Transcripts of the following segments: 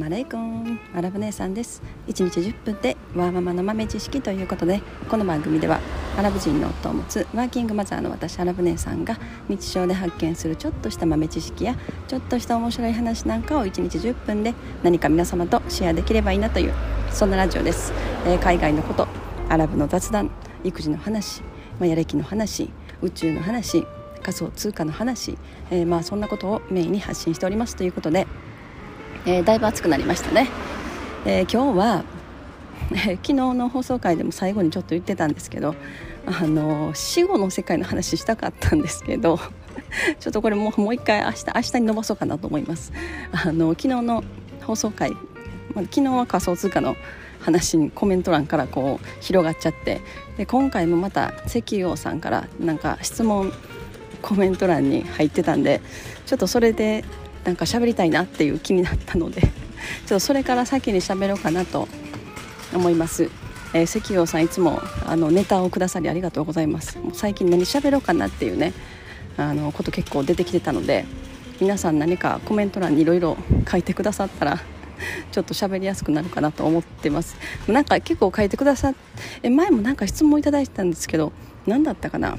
ムアレイコン、アラブ姉さんです。1日10分でワーママの豆知識ということで、この番組ではアラブ人の夫を持つワーキングマザーの私アラブ姉さんが日常で発見するちょっとした豆知識やちょっとした面白い話なんかを1日10分で何か皆様とシェアできればいいなという、そんなラジオです。海外のこと、アラブの雑談、育児の話、やれきの話、宇宙の話、仮想通貨の話、そんなことをメインに発信しておりますということで、だいぶ暑くなりましたね。今日は、昨日の放送回でも最後にちょっと言ってたんですけど、死後の世界の話したかったんですけどちょっとこれもう一回明日に伸ばそうかなと思います。昨日の放送回、昨日は仮想通貨の話にコメント欄からこう広がっちゃって、で今回もまた石油王さんからなんか質問コメント欄に入ってたんで、ちょっとそれでなんか喋りたいなっていう気になったのでちょっとそれから先に喋ろうかなと思います。石油王さんいつもネタをくださりありがとうございます。もう最近何喋ろうかなっていうねこと結構出てきてたので、皆さん何かコメント欄にいろいろ書いてくださったらちょっと喋りやすくなるかなと思ってます。なんか結構書いてくださって前もなんか質問いただいてたんですけど、何だったかな、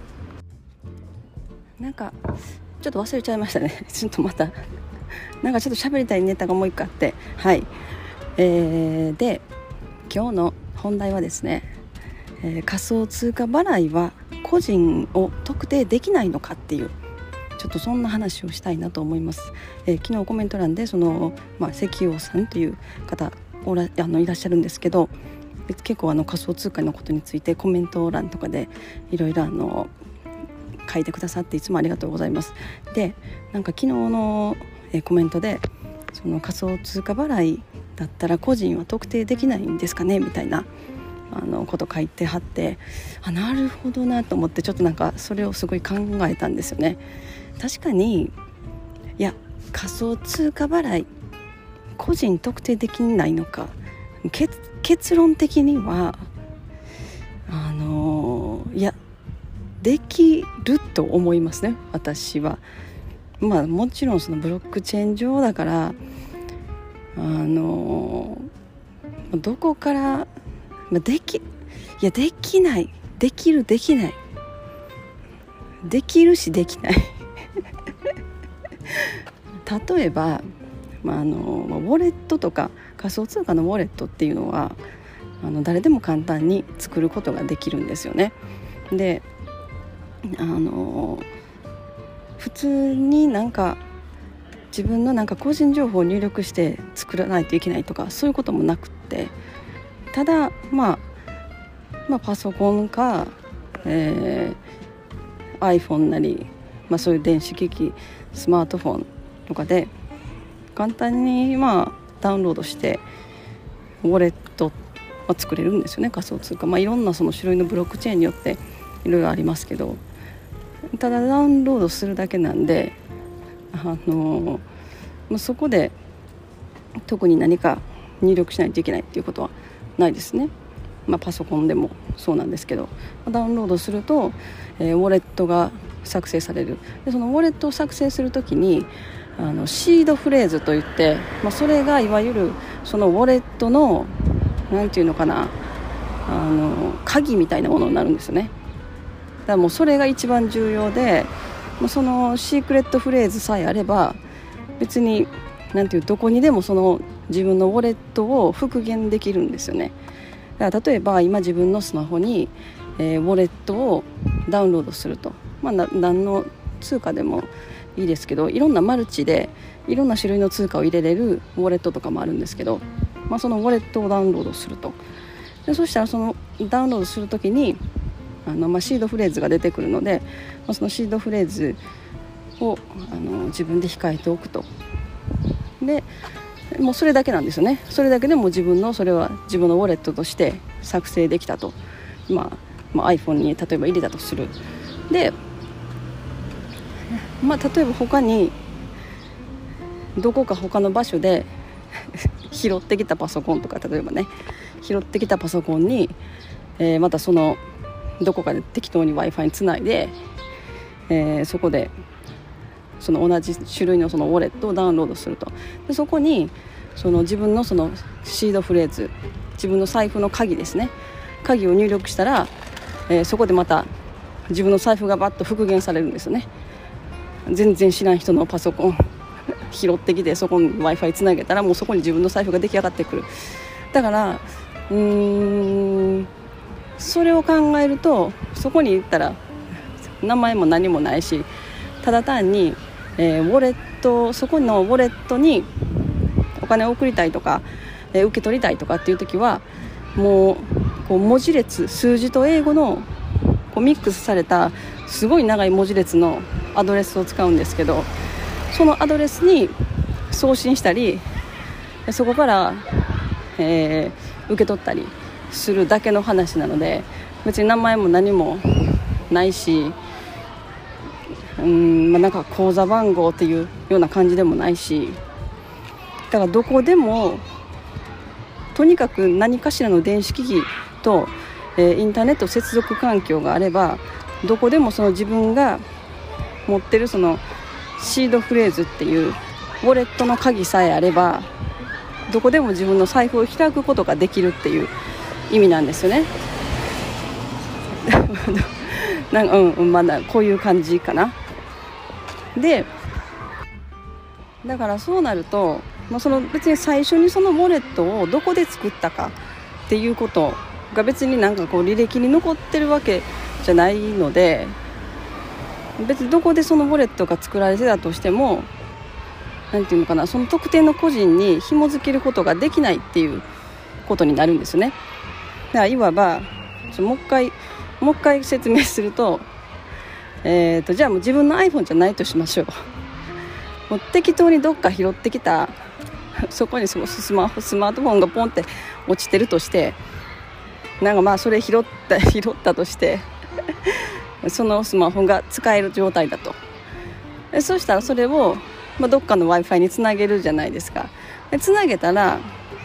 なんかちょっと忘れちゃいましたね。ちょっとまたなんかちょっと喋りたいネタがもう一個あって、はい、で今日の本題はですね、仮想通貨払いは個人を特定できないのかっていう、ちょっとそんな話をしたいなと思います。昨日コメント欄で石油王さんという方いらっしゃるんですけど、結構仮想通貨のことについてコメント欄とかでいろいろ書いてくださっていつもありがとうございます。でなんか昨日のコメントでその仮想通貨払いだったら個人は特定できないんですかねみたいなこと書いてはって、なるほどなと思って、ちょっとなんかそれをすごい考えたんですよね。確かに仮想通貨払い個人特定できないのか、結論的にはできると思いますね、私は。もちろんそのブロックチェーン上だからどこからできないできるできないできるしできない例えば、ウォレットとか仮想通貨のウォレットっていうのは誰でも簡単に作ることができるんですよね。で普通になんか自分のなんか個人情報を入力して作らないといけないとかそういうこともなくって、ただパソコンか、iPhone なり、そういう電子機器スマートフォンとかで簡単にダウンロードしてウォレットは作れるんですよね、仮想通貨。いろんなその種類のブロックチェーンによっていろいろありますけど、ただダウンロードするだけなんでそこで特に何か入力しないといけないっていうことはないですね。パソコンでもそうなんですけど、ダウンロードすると、ウォレットが作成される。でそのウォレットを作成するときにシードフレーズといって、それがいわゆるそのウォレットのなんていうのかな鍵みたいなものになるんですよね。だからもうそれが一番重要で、そのシークレットフレーズさえあれば別にどこにでもその自分のウォレットを復元できるんですよね。だから例えば今自分のスマホに、ウォレットをダウンロードすると、何の通貨でもいいですけど、いろんなマルチでいろんな種類の通貨を入れれるウォレットとかもあるんですけど、そのウォレットをダウンロードすると、でそしたらそのダウンロードするときにシードフレーズが出てくるので、そのシードフレーズを自分で控えておくと。でもうそれだけなんですよね。それだけでもそれは自分のウォレットとして作成できたと。iPhone に例えば入れたとする。で例えば他にどこか他の場所で拾ってきたパソコンとか、例えばね拾ってきたパソコンに、またそのどこかで適当に Wi-Fi につないで、そこでその同じ種類のそのウォレットをダウンロードすると。でそこにその自分のそのシードフレーズ、自分の財布の鍵ですね、鍵を入力したら、そこでまた自分の財布がバッと復元されるんですよね。全然知らん人のパソコン拾ってきて、そこに Wi-Fi つなげたらもうそこに自分の財布が出来上がってくる。だからそれを考えると、そこに行ったら名前も何もないし、ただ単に、ウォレット、そこのウォレットにお金を送りたいとか、受け取りたいとかっていう時は、もうこう文字列、数字と英語のこうミックスされたすごい長い文字列のアドレスを使うんですけど、そのアドレスに送信したり、そこから、受け取ったりするだけの話なので、別に名前も何もないし、なんか口座番号っていうような感じでもないし、だからどこでもとにかく何かしらの電子機器と、インターネット接続環境があれば、どこでもその自分が持ってるそのシードフレーズっていうウォレットの鍵さえあれば、どこでも自分の財布を開くことができるっていう意味なんですよね。まだこういう感じかな。でだからそうなると、その別に最初にそのウォレットをどこで作ったかっていうことが別になんかこう履歴に残ってるわけじゃないので、別にどこでそのウォレットが作られてたとしても、なんていうのかな、その特定の個人に紐付けることができないっていうことになるんですね。だからいわばもう一回説明すると、じゃあもう自分の iPhone じゃないとしましょう。もう適当にどっか拾ってきた、そこにスマートフォンがポンって落ちてるとして、なんかまあそれ拾ったとしてそのスマホが使える状態だと。そうしたらそれを、どっかの Wi-Fi につなげるじゃないですか。でつなげたら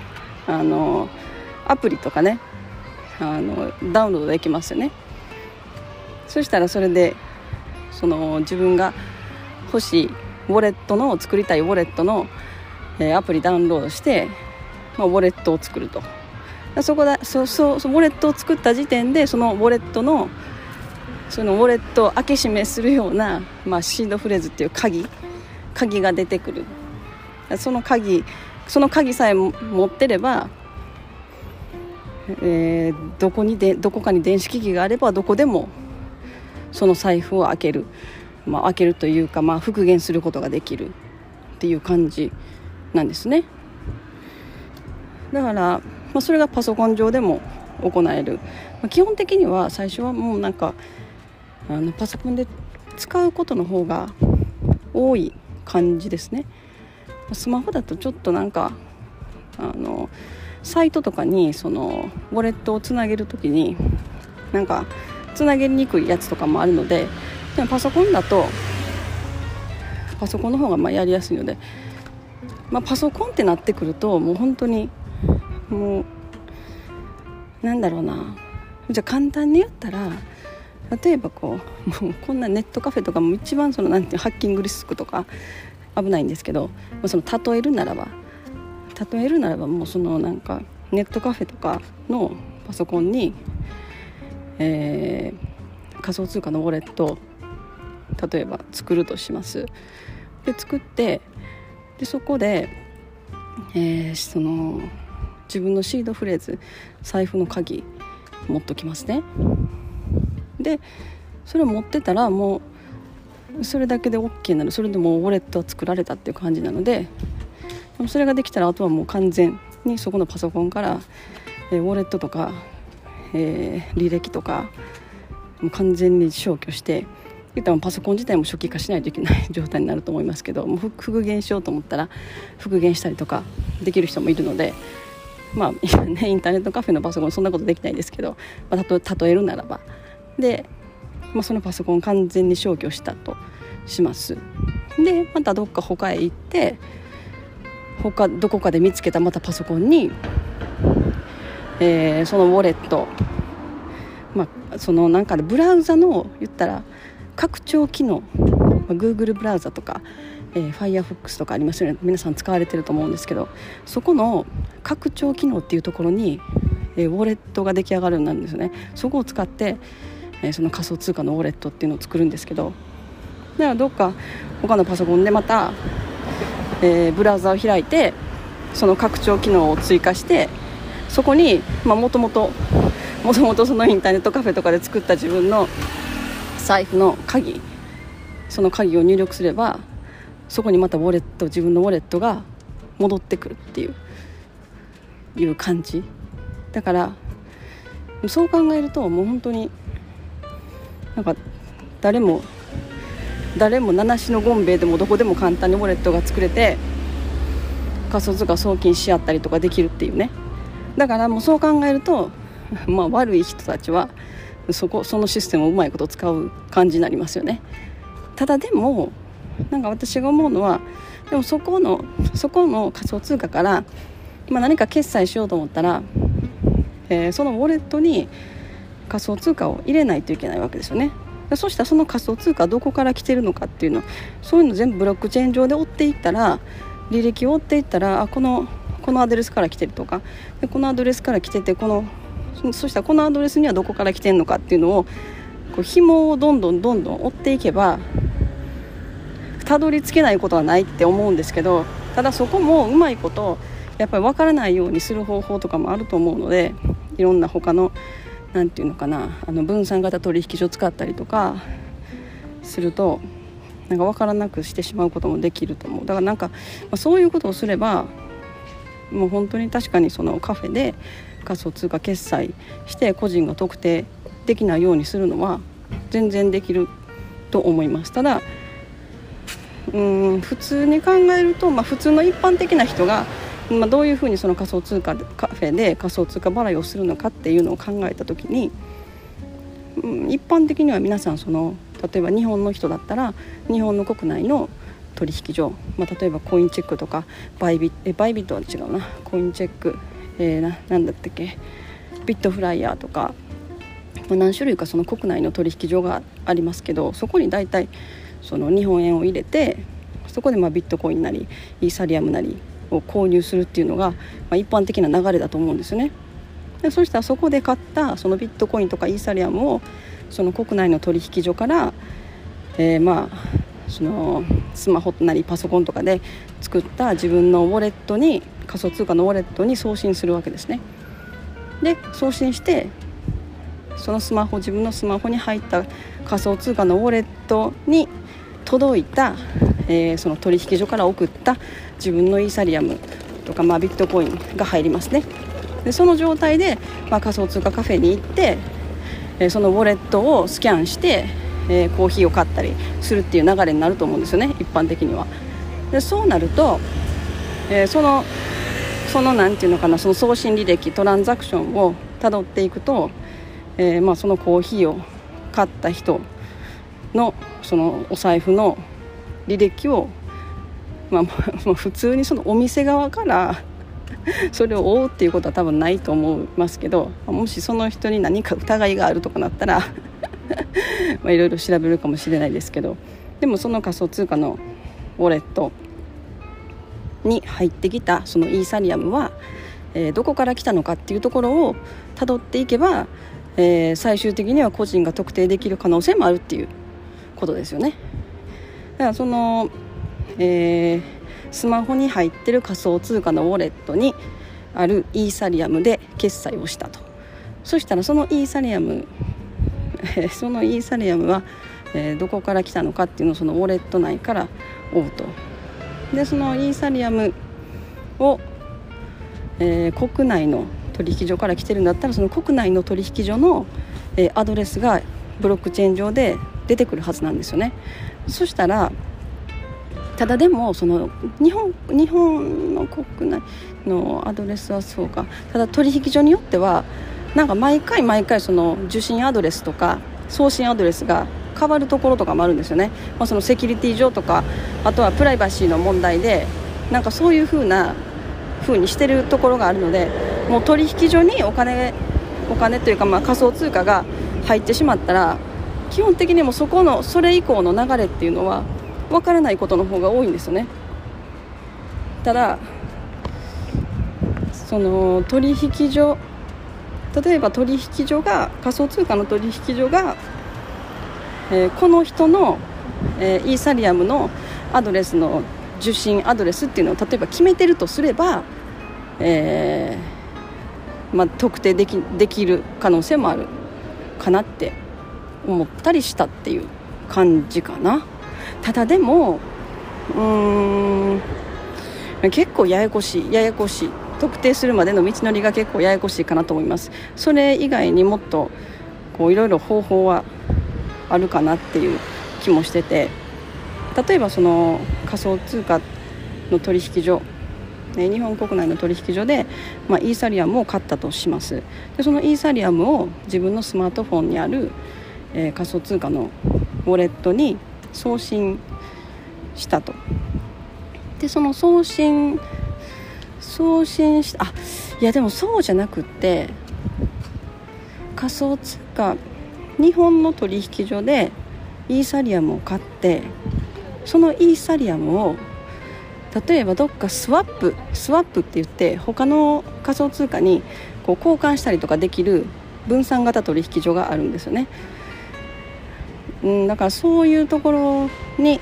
アプリとかね、ダウンロードできますよね。そしたらそれでその自分が欲しいウォレットの作りたいウォレットの、アプリダウンロードして、ウォレットを作ると。そこでウォレットを作った時点でそのウォレットのそのウォレットを開け閉めするような、シードフレーズっていう鍵が出てくる。その鍵さえ持ってれば、どこかに電子機器があればどこでもその財布を開けるというか、復元することができるっていう感じなんですね。だから、それがパソコン上でも行える。基本的には最初はもうなんかパソコンで使うことの方が多い感じですね。スマホだとちょっとなんかサイトとかにそのウォレットをつなげるときになんかつなげにくいやつとかもあるので、でもパソコンだとパソコンの方がやりやすいので、パソコンってなってくるともう本当にもうなんだろうな、じゃあ簡単に言ったら、例えばもうこんなネットカフェとかも一番そのハッキングリスクとか危ないんですけど、その例えるならばもうそのなんかネットカフェとかのパソコンに、仮想通貨のウォレットを例えば作るとします。で作ってでそこで、その自分のシードフレーズ、財布の鍵持っときますね。でそれを持ってたらもうそれだけで OK になる。それでもうウォレットは作られたっていう感じなので、それができたらあとはもう完全にそこのパソコンから、ウォレットとか、履歴とかもう完全に消去して、パソコン自体も初期化しないといけない状態になると思いますけど、もう復元しようと思ったら復元したりとかできる人もいるので、インターネットカフェのパソコンそんなことできないですけど、例えるならばで、そのパソコン完全に消去したとします。でまたどっか他へ行ってどこかで見つけたまたパソコンに、そのウォレット、そのブラウザの言ったら拡張機能、Google ブラウザとか Firefox とかありますよね。皆さん使われてると思うんですけど、そこの拡張機能っていうところに、ウォレットが出来上がるようになるんですよね。そこを使って、その仮想通貨のウォレットっていうのを作るんですけど、だからどっか他のパソコンでまた、ブラウザを開いてその拡張機能を追加して、そこにもともとそのインターネットカフェとかで作った自分の財布の鍵、その鍵を入力すれば、そこにまた自分のウォレットが戻ってくるっていう感じだから、そう考えるともう本当になんか誰も七種のゴンベイでもどこでも簡単にウォレットが作れて、仮想通貨送金し合ったりとかできるっていうね。だからもうそう考えると、悪い人たちはそのシステムをうまいこと使う感じになりますよね。ただでもなんか私が思うのは、でもそこの仮想通貨から、何か決済しようと思ったら、そのウォレットに仮想通貨を入れないといけないわけですよね。そしたらその仮想通貨はどこから来てるのかっていうの、そういうの全部ブロックチェーン上で追っていったら、履歴を追っていったら、このアドレスから来てるとか、でこのアドレスから来てて、そしたらこのアドレスにはどこから来てるのかっていうのを紐をどんどん追っていけばたどり着けないことはないって思うんですけど、ただそこもうまいことやっぱり分からないようにする方法とかもあると思うので、いろんな他のなんていうのかな、分散型取引所使ったりとかするとなんか分からなくしてしまうこともできると思う。だからなんか、そういうことをすればもう本当に確かにそのカフェで仮想通貨決済して個人が特定できないようにするのは全然できると思います。ただ普通に考えると、普通の一般的な人が、どういうふうにその仮想通貨カフェで仮想通貨払いをするのかっていうのを考えた時に、一般的には皆さん例えば日本の人だったら日本の国内の取引所、例えばコインチェックとかバイビットは違うな、コインチェック、なんだったっけ、ビットフライヤーとか、何種類かその国内の取引所がありますけど、そこに大体その日本円を入れて、そこでビットコインなりイーサリアムなりを購入するっていうのが、一般的な流れだと思うんですよね。でそしたらそこで買ったそのビットコインとかイーサリアムをその国内の取引所から、そのスマホなりパソコンとかで作った自分のウォレットに、仮想通貨のウォレットに送信するわけですね。で送信して、その自分のスマホに入った仮想通貨のウォレットに届いた、その取引所から送った自分のイーサリアムとか、ビットコインが入りますね。でその状態で、仮想通貨カフェに行って、そのウォレットをスキャンして、コーヒーを買ったりするっていう流れになると思うんですよね、一般的には。でそうなると、そのなんていうのかな、その送信履歴、トランザクションをたどっていくと、そのコーヒーを買った人のそのお財布の履歴を、普通にそのお店側からそれを追うっていうことは多分ないと思いますけど、もしその人に何か疑いがあるとかなったらいろいろ調べるかもしれないですけど、でもその仮想通貨のウォレットに入ってきたそのイーサリアムは、どこから来たのかっていうところをたどっていけば、最終的には個人が特定できる可能性もあるっていうことですよね。だからその、スマホに入ってる仮想通貨のウォレットにあるイーサリアムで決済をしたと。そしたらそのイーサリアムは、どこから来たのかっていうのをそのウォレット内から追うと。でそのイーサリアムを、国内の取引所から来てるんだったら、その国内の取引所の、アドレスがブロックチェーン上で出てくるはずなんですよね。そしたらただでもその日本の国内のアドレスはそうか、ただ取引所によってはなんか毎回その受信アドレスとか送信アドレスが変わるところとかもあるんですよね。そのセキュリティ上とか、あとはプライバシーの問題でなんかそういう風にしてるところがあるので、もう取引所にお金というか、仮想通貨が入ってしまったら、基本的にもそれ以降の流れっていうのは分からないことの方が多いんですよね。ただその取引所、例えば取引所が仮想通貨の取引所が、この人の、イーサリアムのアドレスの受信アドレスっていうのを例えば決めてるとすれば、特定できる可能性もあるかなって思ったりしたっていう感じかな。ただでも結構ややこしい特定するまでの道のりが結構ややこしいかなと思います。それ以外にもっといろいろ方法はあるかなっていう気もしてて、例えばその仮想通貨の取引所、日本国内の取引所で、イーサリアムを買ったとします。でそのイーサリアムを自分のスマートフォンにある、仮想通貨のウォレットに送信したと。でその送信したいやでもそうじゃなくって、仮想通貨日本の取引所でイーサリアムを買って、そのイーサリアムを例えばどっかスワップって言って他の仮想通貨に交換したりとかできる分散型取引所があるんですよね。だからそういうところに、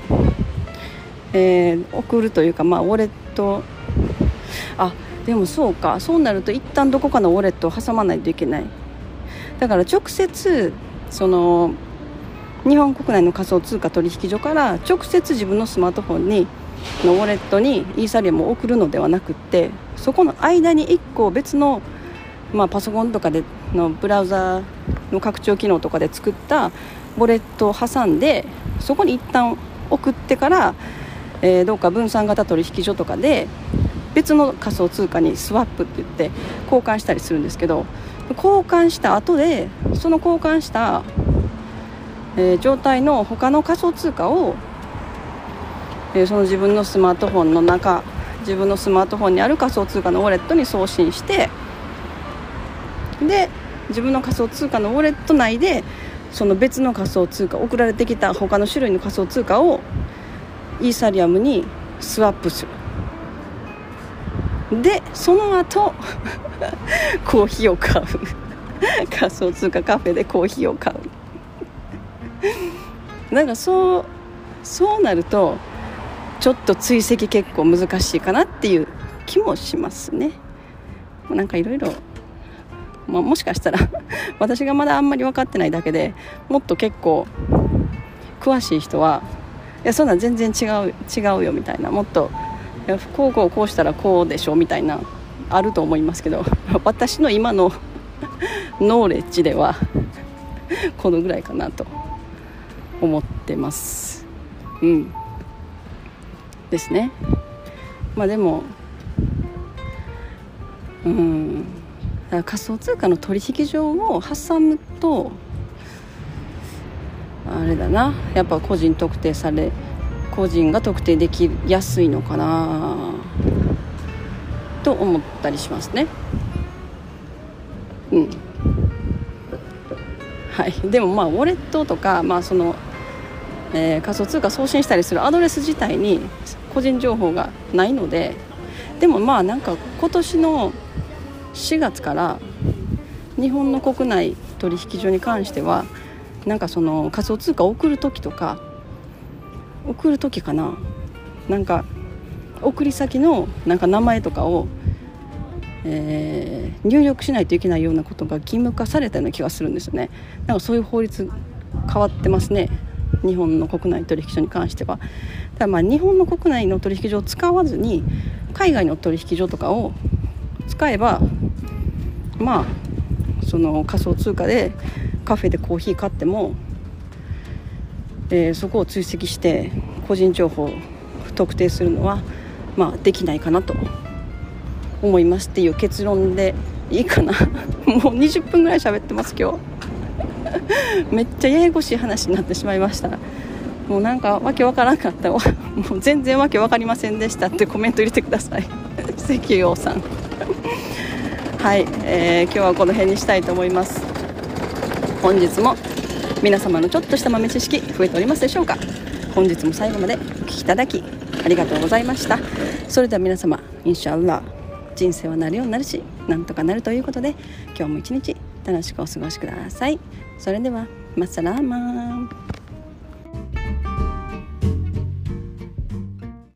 送るというか、ウォレット、でもそうなると一旦どこかのウォレットを挟まないといけない。だから直接その日本国内の仮想通貨取引所から直接自分のスマートフォンのウォレットにイーサリアムを送るのではなくって、そこの間に1個別の、パソコンとかでのブラウザの拡張機能とかで作ったウォレットを挟んで、そこに一旦送ってから、どうか分散型取引所とかで別の仮想通貨にスワップって言って交換したりするんですけど、交換した後でその交換した、状態の他の仮想通貨を、その自分のスマートフォンの中、自分のスマートフォンにある仮想通貨のウォレットに送信して、で自分の仮想通貨のウォレット内でその別の仮想通貨、送られてきた他の種類の仮想通貨をイーサリアムにスワップする。でその後コーヒーを買う仮想通貨カフェでコーヒーを買うなんかそうなるとちょっと追跡結構難しいかなっていう気もしますね。なんかいろいろもしかしたら私がまだあんまり分かってないだけで、もっと結構詳しい人はいやそんなん全然違うよみたいな、もっとこうしたらこうでしょみたいなあると思いますけど、私の今のノーレッジではこのぐらいかなと思ってますですね。でも仮想通貨の取引所を挟むとあれだな、やっぱ個人が特定できやすいのかなと思ったりしますね。でもウォレットとか、その、仮想通貨送信したりするアドレス自体に個人情報がないので、でもなんか今年の4月から日本の国内取引所に関してはなんかその仮想通貨を送る時かな、なんか送り先のなんか名前とかを、入力しないといけないようなことが義務化されたような気がするんですよね。なんかそういう法律変わってますね、日本の国内取引所に関しては。だから日本の国内の取引所を使わずに海外の取引所とかを使えばその仮想通貨でカフェでコーヒー買っても、そこを追跡して個人情報を特定するのはできないかなと思いますっていう結論でいいかなもう20分ぐらい喋ってます今日めっちゃややこしい話になってしまいました。もうなんかわけわからなかったもう全然わけわかりませんでしたってコメント入れてください関陽さんはい、今日はこの辺にしたいと思います。本日も皆様のちょっとした豆知識増えておりますでしょうか。 本日も最後までお聞きいただきありがとうございました。それでは皆様、インシャアッラー、人生はなるようになるし、なんとかなるということで、今日も一日楽しくお過ごしください。それではマッサラーマー。